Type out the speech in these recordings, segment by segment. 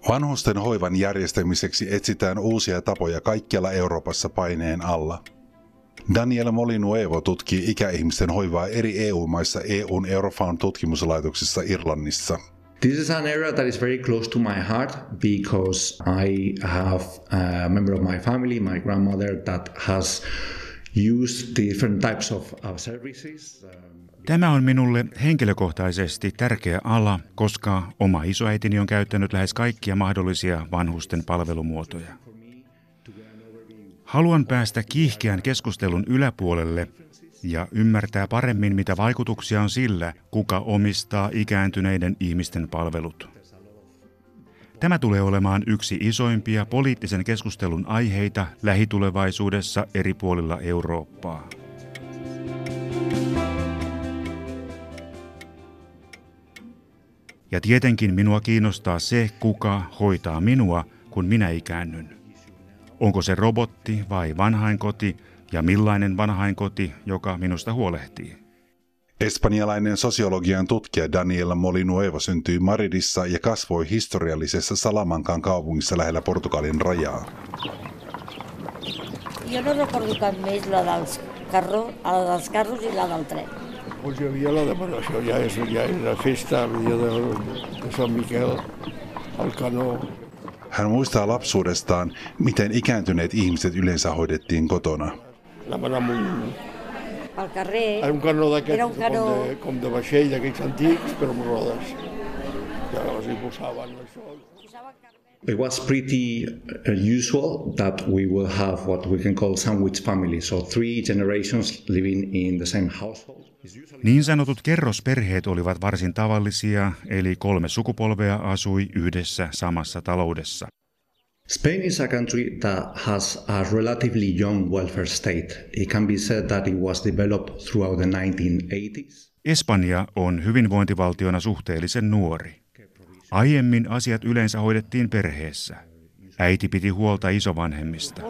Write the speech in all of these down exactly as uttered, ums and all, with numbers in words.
Vanhusten hoivan järjestämiseksi etsitään uusia tapoja kaikkialla Euroopassa paineen alla. Daniel Molinuevo tutkii ikäihmisten hoivaa eri E U-maissa E U:n Eurofound-tutkimuslaitoksessa Irlannissa. This is an area that is very close to my heart because I have a member of my family, my grandmother, that has used different types of services. Tämä on minulle henkilökohtaisesti tärkeä ala, koska oma isoäitini on käyttänyt lähes kaikkia mahdollisia vanhusten palvelumuotoja. Haluan päästä kiihkeän keskustelun yläpuolelle ja ymmärtää paremmin, mitä vaikutuksia on sillä, kuka omistaa ikääntyneiden ihmisten palvelut. Tämä tulee olemaan yksi isoimpia poliittisen keskustelun aiheita lähitulevaisuudessa eri puolilla Eurooppaa. Ja tietenkin minua kiinnostaa se, kuka hoitaa minua, kun minä ikäännyn. Onko se robotti vai vanhainkoti ja millainen vanhainkoti, joka minusta huolehtii? Espanjalainen sosiologian tutkija Daniel Molinuevo syntyi Madridissa ja kasvoi historiallisessa Salamancan kaupungissa lähellä Portugalin rajaa. Jo no recordo cap més la dels carros, la dels carros i la del tren. Pues hi havia la demanació, ja és, ja era festa, el dia de, de Sant Miquel, al Canó. Hän muistaa lapsuudestaan, miten ikääntyneet ihmiset yleensä hoidettiin kotona. Anaven un... Al carrer. Era un canó d'aquests, un canó... com, de, com de vaixell, d'aquells antics, però amb rodes. Ja els hi posaven això. It was pretty usual that we will have what we can call sandwich families, so three generations living in the same household. Niin sanotut kerrosperheet olivat varsin tavallisia, eli kolme sukupolvea asui yhdessä samassa taloudessa. Spain is a country that has a relatively young welfare state. It can be said that it was developed throughout the nineteen eighties. Espanja on hyvinvointivaltiona suhteellisen nuori. Aiemmin asiat yleensä hoidettiin perheessä. Äiti piti huolta isovanhemmista.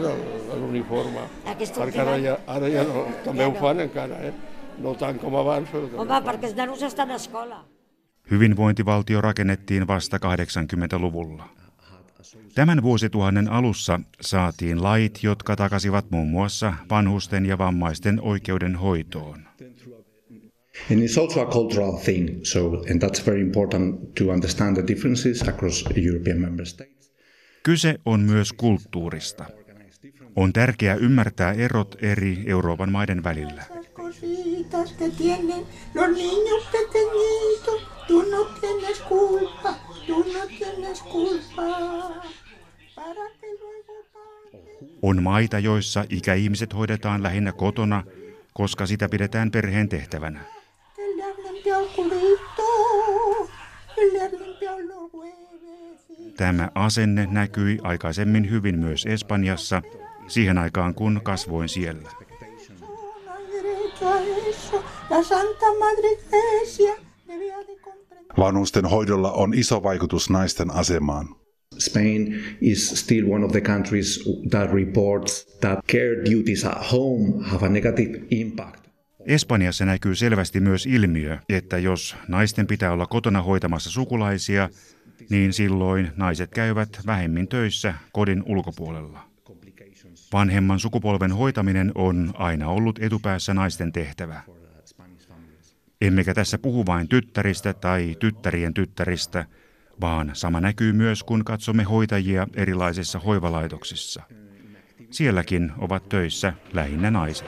Hyvinvointivaltio rakennettiin vasta kahdeksankymmentäluvulla. Tämän vuosituhannen alussa saatiin lait, jotka takasivat muun muassa vanhusten ja vammaisten oikeuden hoitoon. And it's also a cultural thing, so and that's very important to understand the differences across European member states. Kyse on myös kulttuurista. On tärkeää ymmärtää erot eri Euroopan maiden välillä. On maita, joissa ikäihmiset hoidetaan lähinnä kotona, koska sitä pidetään perheen tehtävänä. Tämä asenne näkyi aikaisemmin hyvin myös Espanjassa, siihen aikaan kun kasvoin siellä. Vanhusten hoidolla on iso vaikutus naisten asemaan. Spain is still one of the countries that reports that care duties at home have a negative impact. Espanjassa näkyy selvästi myös ilmiö, että jos naisten pitää olla kotona hoitamassa sukulaisia, niin silloin naiset käyvät vähemmin töissä kodin ulkopuolella. Vanhemman sukupolven hoitaminen on aina ollut etupäässä naisten tehtävä. Emmekä tässä puhu vain tyttäristä tai tyttärien tyttäristä, vaan sama näkyy myös, kun katsomme hoitajia erilaisissa hoivalaitoksissa. Sielläkin ovat töissä lähinnä naiset.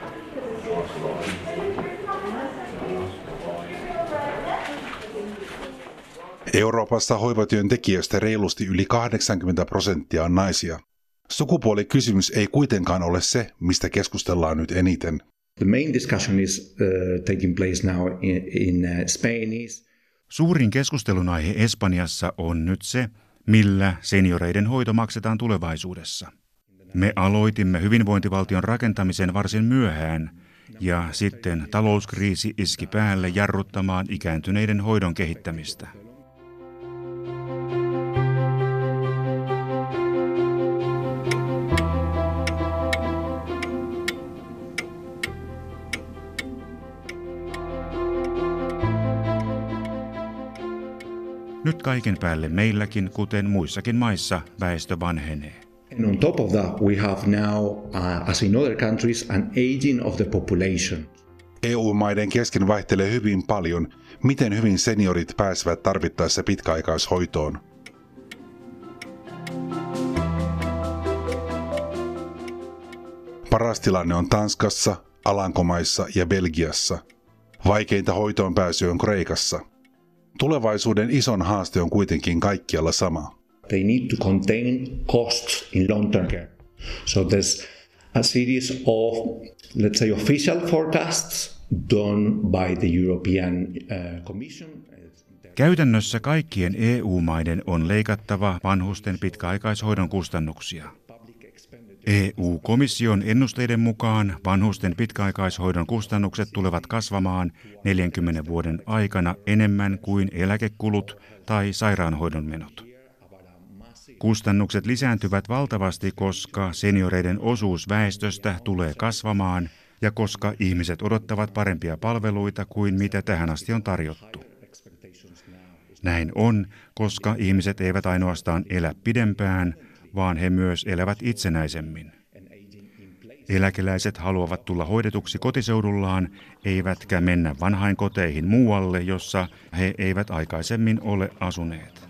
Euroopassa hoivatyön tekijöistä reilusti yli kahdeksankymmentä prosenttia on naisia. Sukupuolikysymys ei kuitenkaan ole se, mistä keskustellaan nyt eniten. The main discussion is uh, taking place now in, in uh, Spain is... Suurin keskustelun aihe Espanjassa on nyt se, millä senioreiden hoito maksetaan tulevaisuudessa. Me aloitimme hyvinvointivaltion rakentamisen varsin myöhään, ja sitten talouskriisi iski päälle jarruttamaan ikääntyneiden hoidon kehittämistä. Nyt nyt kaiken päälle meilläkin, kuten muissakin maissa, väestö vanhenee. And on top of that, we have now, uh, as in other countries, an aging of the population. E U-maiden kesken vaihtelee hyvin paljon, miten hyvin seniorit pääsevät tarvittaessa pitkäaikaishoitoon. Paras tilanne on Tanskassa, Alankomaissa ja Belgiassa. Vaikeinta hoitoon pääsy on Kreikassa. Tulevaisuuden ison haaste on kuitenkin kaikkialla sama. They need to contain costs in long-term care. So there's a series of, let's say, official forecasts done by the European uh, Commission. Käytännössä kaikkien E U-maiden on leikattava vanhusten pitkäaikaishoidon kustannuksia. E U-komission ennusteiden mukaan vanhusten pitkäaikaishoidon kustannukset tulevat kasvamaan neljänkymmenen vuoden aikana enemmän kuin eläkekulut tai sairaanhoidon menot. Kustannukset lisääntyvät valtavasti, koska senioreiden osuus väestöstä tulee kasvamaan ja koska ihmiset odottavat parempia palveluita kuin mitä tähän asti on tarjottu. Näin on, koska ihmiset eivät ainoastaan elä pidempään, vaan he myös elävät itsenäisemmin. Eläkeläiset haluavat tulla hoidetuksi kotiseudullaan, eivätkä mennä vanhainkoteihin muualle, jossa he eivät aikaisemmin ole asuneet.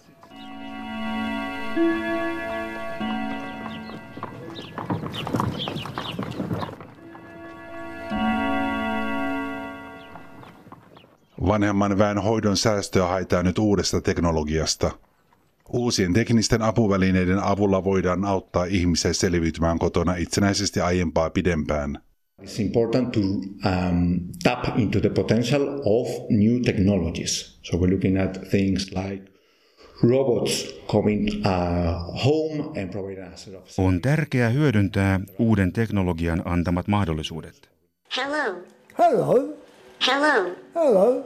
Vanhemman väen hoidon säästöä haetaan nyt uudesta teknologiasta. Uusien teknisten apuvälineiden avulla voidaan auttaa ihmisiä selviytymään kotona itsenäisesti aiempaa pidempään. It's important to um, tap into the potential of new technologies. So we're looking at things like robots coming uh, home and providing a set of... On tärkeää hyödyntää uuden teknologian antamat mahdollisuudet. Hello. Hello. Hello. Hello.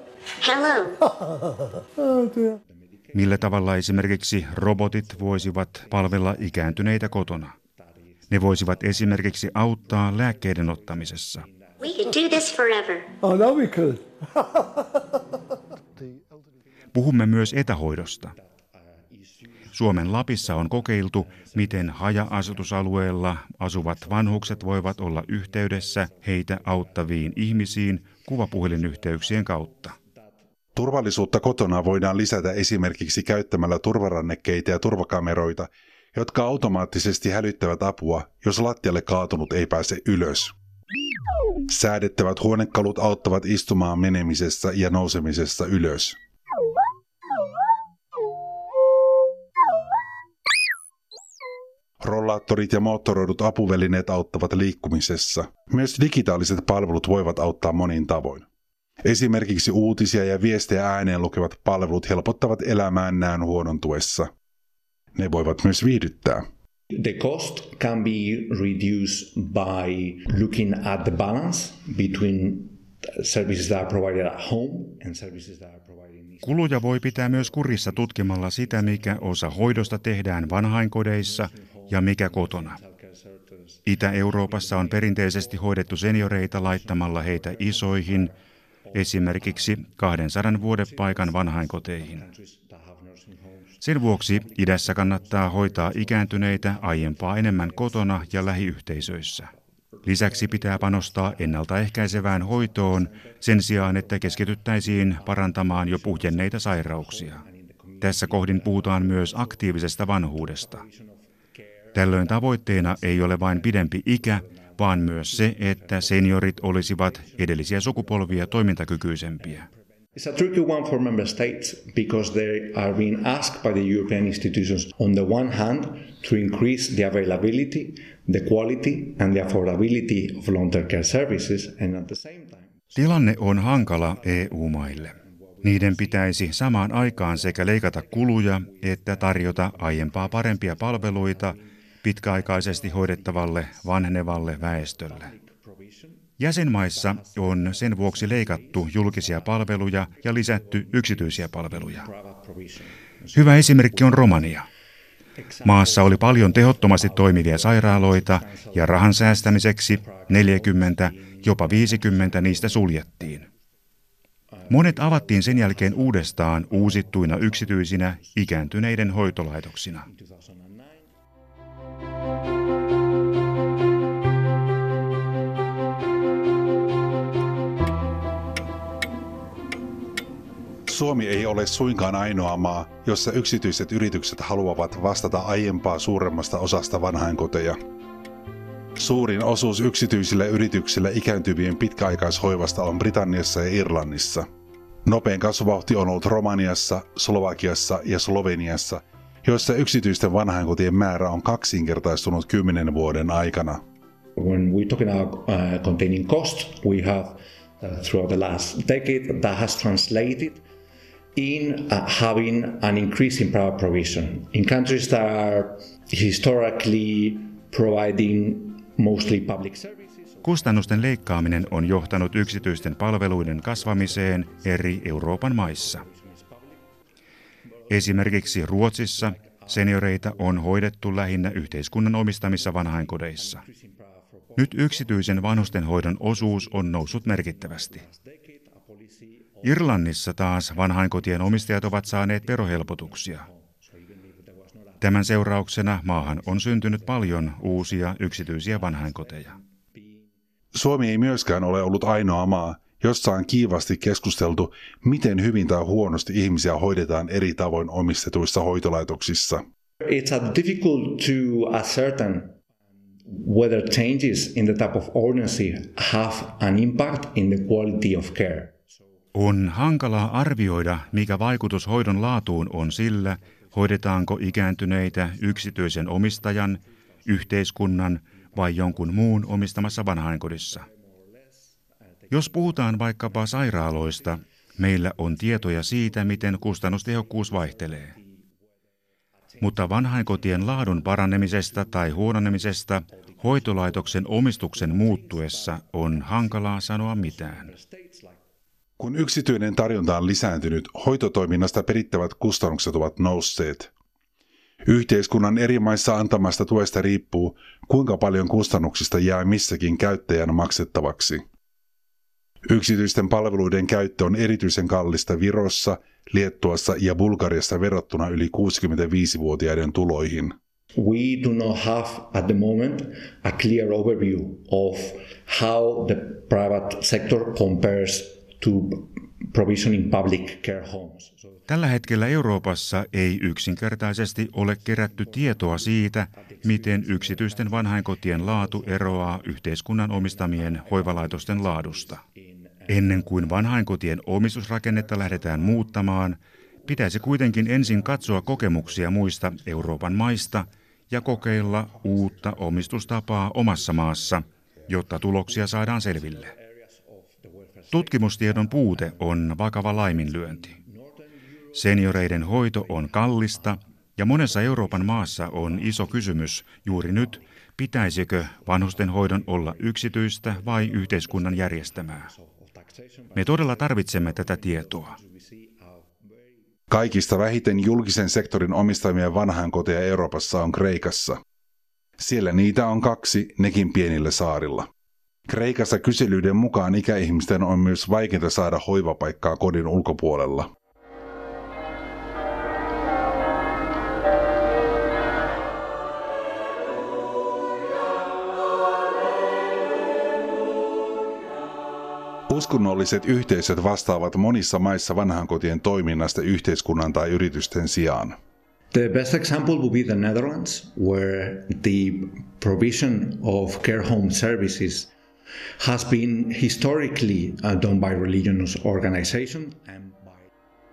Hello. Millä tavalla esimerkiksi robotit voisivat palvella ikääntyneitä kotona? Ne voisivat esimerkiksi auttaa lääkkeiden ottamisessa. We could do this forever. Oh, no we could. Puhumme myös etähoidosta. Suomen Lapissa on kokeiltu, miten haja-asutusalueella asuvat vanhukset voivat olla yhteydessä heitä auttaviin ihmisiin kuvapuhelinyhteyksien kautta. Turvallisuutta kotona voidaan lisätä esimerkiksi käyttämällä turvarannekkeita ja turvakameroita, jotka automaattisesti hälyttävät apua, jos lattialle kaatunut ei pääse ylös. Säädettävät huonekalut auttavat istumaan menemisessä ja nousemisessa ylös. Rollaattorit ja moottoroidut apuvälineet auttavat liikkumisessa. Myös digitaaliset palvelut voivat auttaa monin tavoin. Esimerkiksi uutisia ja viestejä ääneen lukevat palvelut helpottavat elämään näön huonontuessa. Ne voivat myös viihdyttää. The cost can be reduced by looking at the balance between services that are provided at home and services that are provided in... Kuluja voi pitää myös kurissa tutkimalla sitä, mikä osa hoidosta tehdään vanhainkodeissa ja mikä kotona. Itä-Euroopassa on perinteisesti hoidettu senioreita laittamalla heitä isoihin, esimerkiksi kahdensadan vuodepaikan vanhainkoteihin. Sen vuoksi idässä kannattaa hoitaa ikääntyneitä aiempaa enemmän kotona ja lähiyhteisöissä. Lisäksi pitää panostaa ennaltaehkäisevään hoitoon sen sijaan, että keskityttäisiin parantamaan jo puhjenneita sairauksia. Tässä kohdin puhutaan myös aktiivisesta vanhuudesta. Tällöin tavoitteena ei ole vain pidempi ikä, vaan myös se, että seniorit olisivat edellisiä sukupolvia toimintakykyisempiä. It's a tricky one for member states because they are being asked by the European institutions on the one hand to increase the availability, the quality and the affordability of long-term care services and at the same time... Tilanne on hankala E U-maille. Niiden pitäisi samaan aikaan sekä leikata kuluja että tarjota aiempaa parempia palveluita pitkäaikaisesti hoidettavalle vanhenevalle väestölle. Jäsenmaissa on sen vuoksi leikattu julkisia palveluja ja lisätty yksityisiä palveluja. Hyvä esimerkki on Romania. Maassa oli paljon tehottomasti toimivia sairaaloita ja rahan säästämiseksi neljäkymmentä, jopa viisikymmentä niistä suljettiin. Monet avattiin sen jälkeen uudestaan uusittuina yksityisinä ikääntyneiden hoitolaitoksina. Suomi ei ole suinkaan ainoa maa, jossa yksityiset yritykset haluavat vastata aiempaa suuremmasta osasta vanhainkoteja. Suurin osuus yksityisillä yrityksillä ikääntyvien pitkäaikaishoivasta on Britanniassa ja Irlannissa. Nopein kasvuvauhti on ollut Romaniassa, Slovakiassa ja Sloveniassa, joissa yksityisten vanhainkotien määrä on kaksinkertaistunut kymmenen vuoden aikana. When we talk about uh, containing cost, we have uh, throughout the last decade that has translated in uh, having an increase in private provision in countries that are historically providing mostly public services. Kustannusten leikkaaminen on johtanut yksityisten palveluiden kasvamiseen eri Euroopan maissa. Esimerkiksi Ruotsissa senioreita on hoidettu lähinnä yhteiskunnan omistamissa vanhainkodeissa. Nyt yksityisen vanhustenhoidon osuus on noussut merkittävästi. Irlannissa taas vanhainkotien omistajat ovat saaneet verohelpotuksia. Tämän seurauksena maahan on syntynyt paljon uusia yksityisiä vanhainkoteja. Suomi ei myöskään ole ollut ainoa maa, jossa on kiivasti keskusteltu, miten hyvin tai huonosti ihmisiä hoidetaan eri tavoin omistetuissa hoitolaitoksissa. It's a difficult to ascertain whether changes in the type of ordinancy have an impact in the quality of care. On hankalaa arvioida, mikä vaikutus hoidon laatuun on sillä, hoidetaanko ikääntyneitä yksityisen omistajan, yhteiskunnan vai jonkun muun omistamassa vanhainkodissa. Jos puhutaan vaikkapa sairaaloista, meillä on tietoja siitä, miten kustannustehokkuus vaihtelee. Mutta vanhainkotien laadun paranemisesta tai huononemisesta hoitolaitoksen omistuksen muuttuessa on hankalaa sanoa mitään. Kun yksityinen tarjonta on lisääntynyt, hoitotoiminnasta perittävät kustannukset ovat nousseet. Yhteiskunnan eri maissa antamasta tuesta riippuu, kuinka paljon kustannuksista jää missäkin käyttäjän maksettavaksi. Yksityisten palveluiden käyttö on erityisen kallista Virossa, Liettuassa ja Bulgariassa verrattuna yli kuusikymmentäviisivuotiaiden tuloihin. We do not have at the moment a clear overview of how the private sector compares to provisioning public care homes. Tällä hetkellä Euroopassa ei yksinkertaisesti ole kerätty tietoa siitä, miten yksityisten vanhainkotien laatu eroaa yhteiskunnan omistamien hoivalaitosten laadusta. Ennen kuin vanhainkotien omistusrakennetta lähdetään muuttamaan, pitäisi kuitenkin ensin katsoa kokemuksia muista Euroopan maista ja kokeilla uutta omistustapaa omassa maassa, jotta tuloksia saadaan selville. Tutkimustiedon puute on vakava laiminlyönti. Senioreiden hoito on kallista ja monessa Euroopan maassa on iso kysymys juuri nyt, pitäisikö vanhustenhoidon olla yksityistä vai yhteiskunnan järjestämää. Me todella tarvitsemme tätä tietoa. Kaikista vähiten julkisen sektorin omistamia vanhainkoteja Euroopassa on Kreikassa. Siellä niitä on kaksi, nekin pienillä saarilla. Kreikassa kyselyiden mukaan ikäihmisten on myös vaikeinta saada hoivapaikkaa kodin ulkopuolella. Uskonnolliset yhteisöt vastaavat monissa maissa vanhainkotien toiminnasta yhteiskunnan tai yritysten sijaan. The best example would be the Netherlands, where the provision of care home services has been historically uh, done by religious organization and by...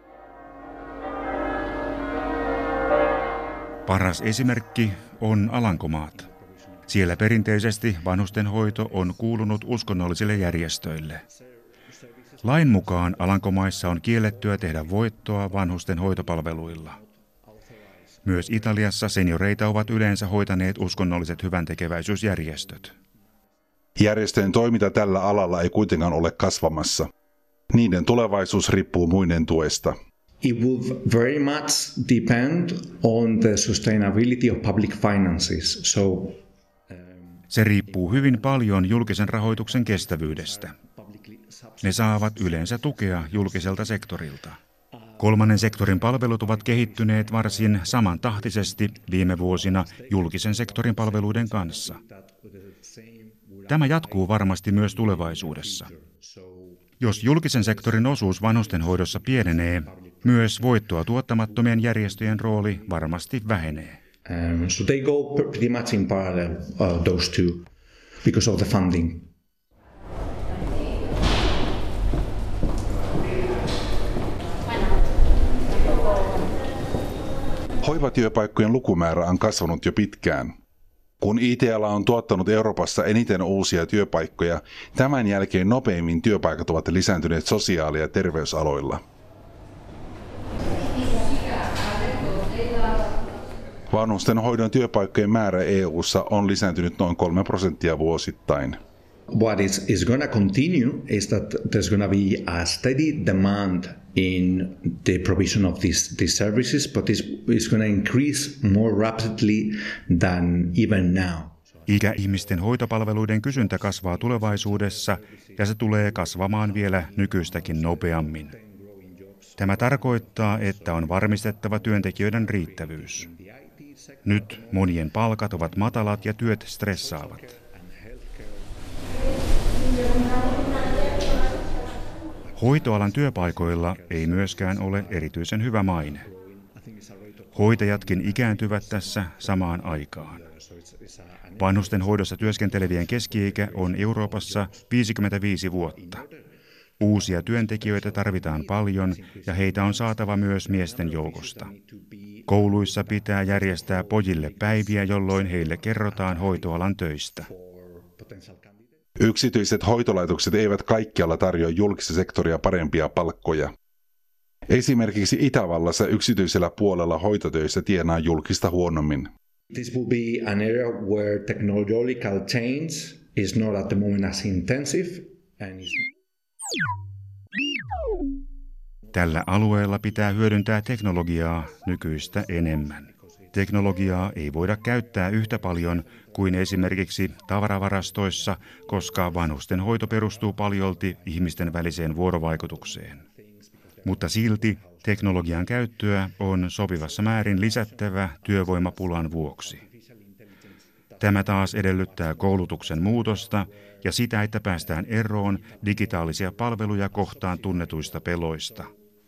Paras esimerkki on Alankomaat. Siellä perinteisesti vanhustenhoito on kuulunut uskonnollisille järjestöille. Lain mukaan Alankomaissa on kiellettyä tehdä voittoa vanhusten hoitopalveluilla. Myös Italiassa senioreita ovat yleensä hoitaneet uskonnolliset hyväntekeväisyysjärjestöt. Järjestöjen toiminta tällä alalla ei kuitenkaan ole kasvamassa. Niiden tulevaisuus riippuu muiden tuesta. It will very much depend on the sustainability of public finances. So, Se riippuu hyvin paljon julkisen rahoituksen kestävyydestä. Ne saavat yleensä tukea julkiselta sektorilta. Kolmannen sektorin palvelut ovat kehittyneet varsin samantahtisesti viime vuosina julkisen sektorin palveluiden kanssa. Tämä jatkuu varmasti myös tulevaisuudessa. Jos julkisen sektorin osuus vanhustenhoidossa pienenee, myös voittoa tuottamattomien järjestöjen rooli varmasti vähenee. Um, so they go pretty much in parallel, uh, those two, because of the funding. Hoivatyöpaikkojen lukumäärä on kasvanut jo pitkään. Kun I T-ala on tuottanut Euroopassa eniten uusia työpaikkoja, tämän jälkeen nopeimmin työpaikat ovat lisääntyneet sosiaali- ja terveysaloilla. Vanhustenhoidon työpaikkojen määrä E U:ssa on lisääntynyt noin kolme prosenttia vuosittain. What is, is going to continue is that there's going to be a steady demand in the provision of these, these services, but it's, it's going to increase more rapidly than even now. Ikäihmisten hoitopalveluiden kysyntä kasvaa tulevaisuudessa ja se tulee kasvamaan vielä nykyistäkin nopeammin. Tämä tarkoittaa, että on varmistettava työntekijöiden riittävyys. Nyt monien palkat ovat matalat ja työt stressaavat. Hoitoalan työpaikoilla ei myöskään ole erityisen hyvä maine. Hoitajatkin ikääntyvät tässä samaan aikaan. Vanhusten hoidossa työskentelevien keski-ikä on Euroopassa viisikymmentäviisi vuotta. Uusia työntekijöitä tarvitaan paljon ja heitä on saatava myös miesten joukosta. Kouluissa pitää järjestää pojille päiviä, jolloin heille kerrotaan hoitoalan töistä. Yksityiset hoitolaitokset eivät kaikkialla tarjoa julkista sektoria parempia palkkoja. Esimerkiksi Itävallassa yksityisellä puolella hoitotöissä tienaa julkista huonommin. This will be an area where technological change is not at the moment as intensive and is... Tällä alueella pitää hyödyntää teknologiaa nykyistä enemmän. Teknologiaa ei voida käyttää yhtä paljon kuin esimerkiksi tavaravarastoissa, koska vanhusten hoito perustuu paljolti ihmisten väliseen vuorovaikutukseen. Mutta silti teknologian käyttöä on sopivassa määrin lisättävä työvoimapulan vuoksi. Tämä taas edellyttää koulutuksen muutosta ja sitä, että päästään eroon digitaalisia palveluja kohtaan tunnetuista peloista.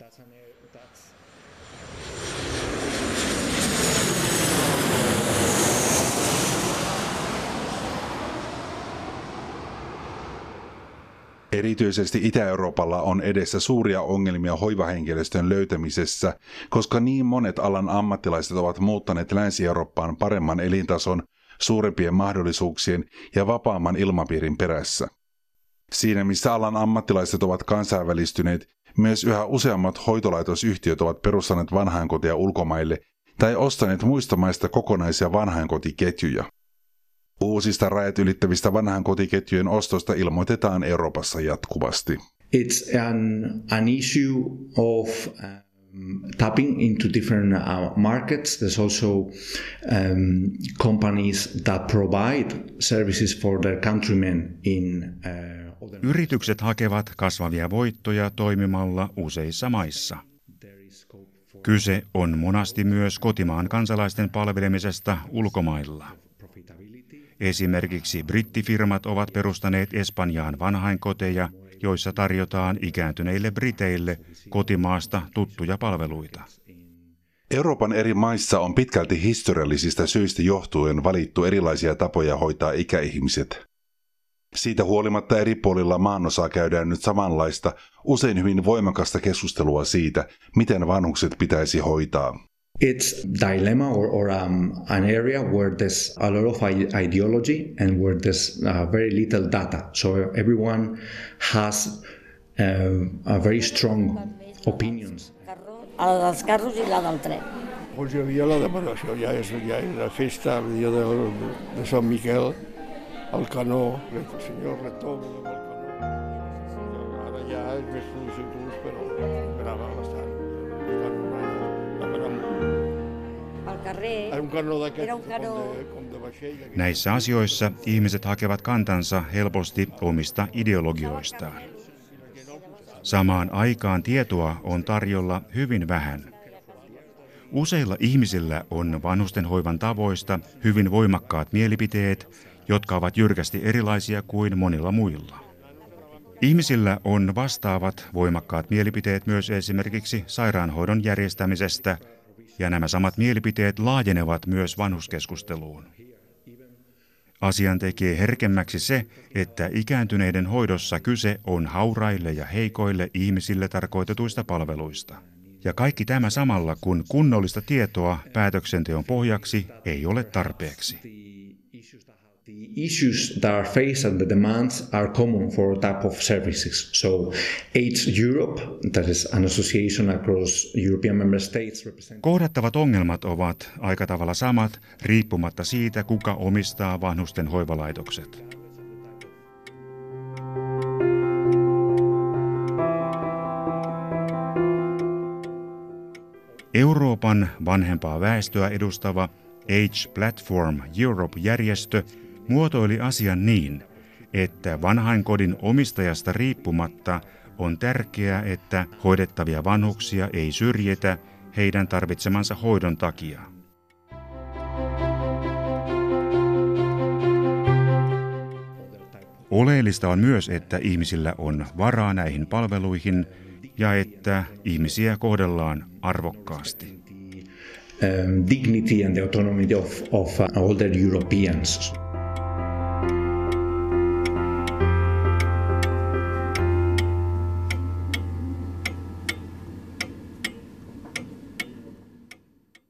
Erityisesti Itä-Euroopalla on edessä suuria ongelmia hoivahenkilöstön löytämisessä, koska niin monet alan ammattilaiset ovat muuttaneet Länsi-Eurooppaan paremman elintason, suurempien mahdollisuuksien ja vapaamman ilmapiirin perässä. Siinä missä alan ammattilaiset ovat kansainvälistyneet, myös yhä useammat hoitolaitosyhtiöt ovat perustaneet vanhainkoteja ulkomaille tai ostaneet muista maista kokonaisia vanhainkotiketjuja. Uusista rajat ylittävistä vanhainkotiketjujen ostosta ilmoitetaan Euroopassa jatkuvasti. It's an, an issue of um, tapping into different uh, markets. There's also um, companies that provide services for their countrymen in uh, other... Yritykset hakevat kasvavia voittoja toimimalla useissa maissa. Kyse on monasti myös kotimaan kansalaisten palvelemisesta ulkomailla. Esimerkiksi brittifirmat ovat perustaneet Espanjaan vanhainkoteja, joissa tarjotaan ikääntyneille briteille kotimaasta tuttuja palveluita. Euroopan eri maissa on pitkälti historiallisista syistä johtuen valittu erilaisia tapoja hoitaa ikäihmiset. Siitä huolimatta eri puolilla maanosaa käydään nyt samanlaista, usein hyvin voimakasta keskustelua siitä, miten vanhukset pitäisi hoitaa. It's dilemma or, or um, an area where there's a lot of ideology and where there's uh, very little data. So everyone has uh, a very strong opinions. A la dels carros i la del tren. Pues hi havia la demarcació, ja és, ja és la festa, el dia de, de Sant Miquel, el canó, el senyor rector del canó. Ara ja és més sol·licituds, però esperava bastant. Era un canó. Näissä asioissa ihmiset hakevat kantansa helposti omista ideologioistaan. Samaan aikaan tietoa on tarjolla hyvin vähän. Useilla ihmisillä on vanhustenhoivan tavoista hyvin voimakkaat mielipiteet, jotka ovat jyrkästi erilaisia kuin monilla muilla. Ihmisillä on vastaavat voimakkaat mielipiteet myös esimerkiksi sairaanhoidon järjestämisestä, ja nämä samat mielipiteet laajenevat myös vanhuskeskusteluun. Asian tekee herkemmäksi se, että ikääntyneiden hoidossa kyse on hauraille ja heikoille ihmisille tarkoitetuista palveluista. Ja kaikki tämä samalla, kun kunnollista tietoa päätöksenteon pohjaksi ei ole tarpeeksi. The issues that are faced and the demands are common for type of services. So AIDS Europe, that is an association across European member states, represent... Kohdattavat ongelmat ovat aika tavalla samat, riippumatta siitä, kuka omistaa vanhusten hoivalaitokset. Euroopan vanhempaa väestöä edustava Age Platform Europe-järjestö muotoili asian niin, että vanhainkodin omistajasta riippumatta on tärkeää, että hoidettavia vanhuksia ei syrjitä heidän tarvitsemansa hoidon takia. Oleellista on myös, että ihmisillä on varaa näihin palveluihin ja että ihmisiä kohdellaan arvokkaasti. Um, dignity and the autonomy of, of uh, older Europeans.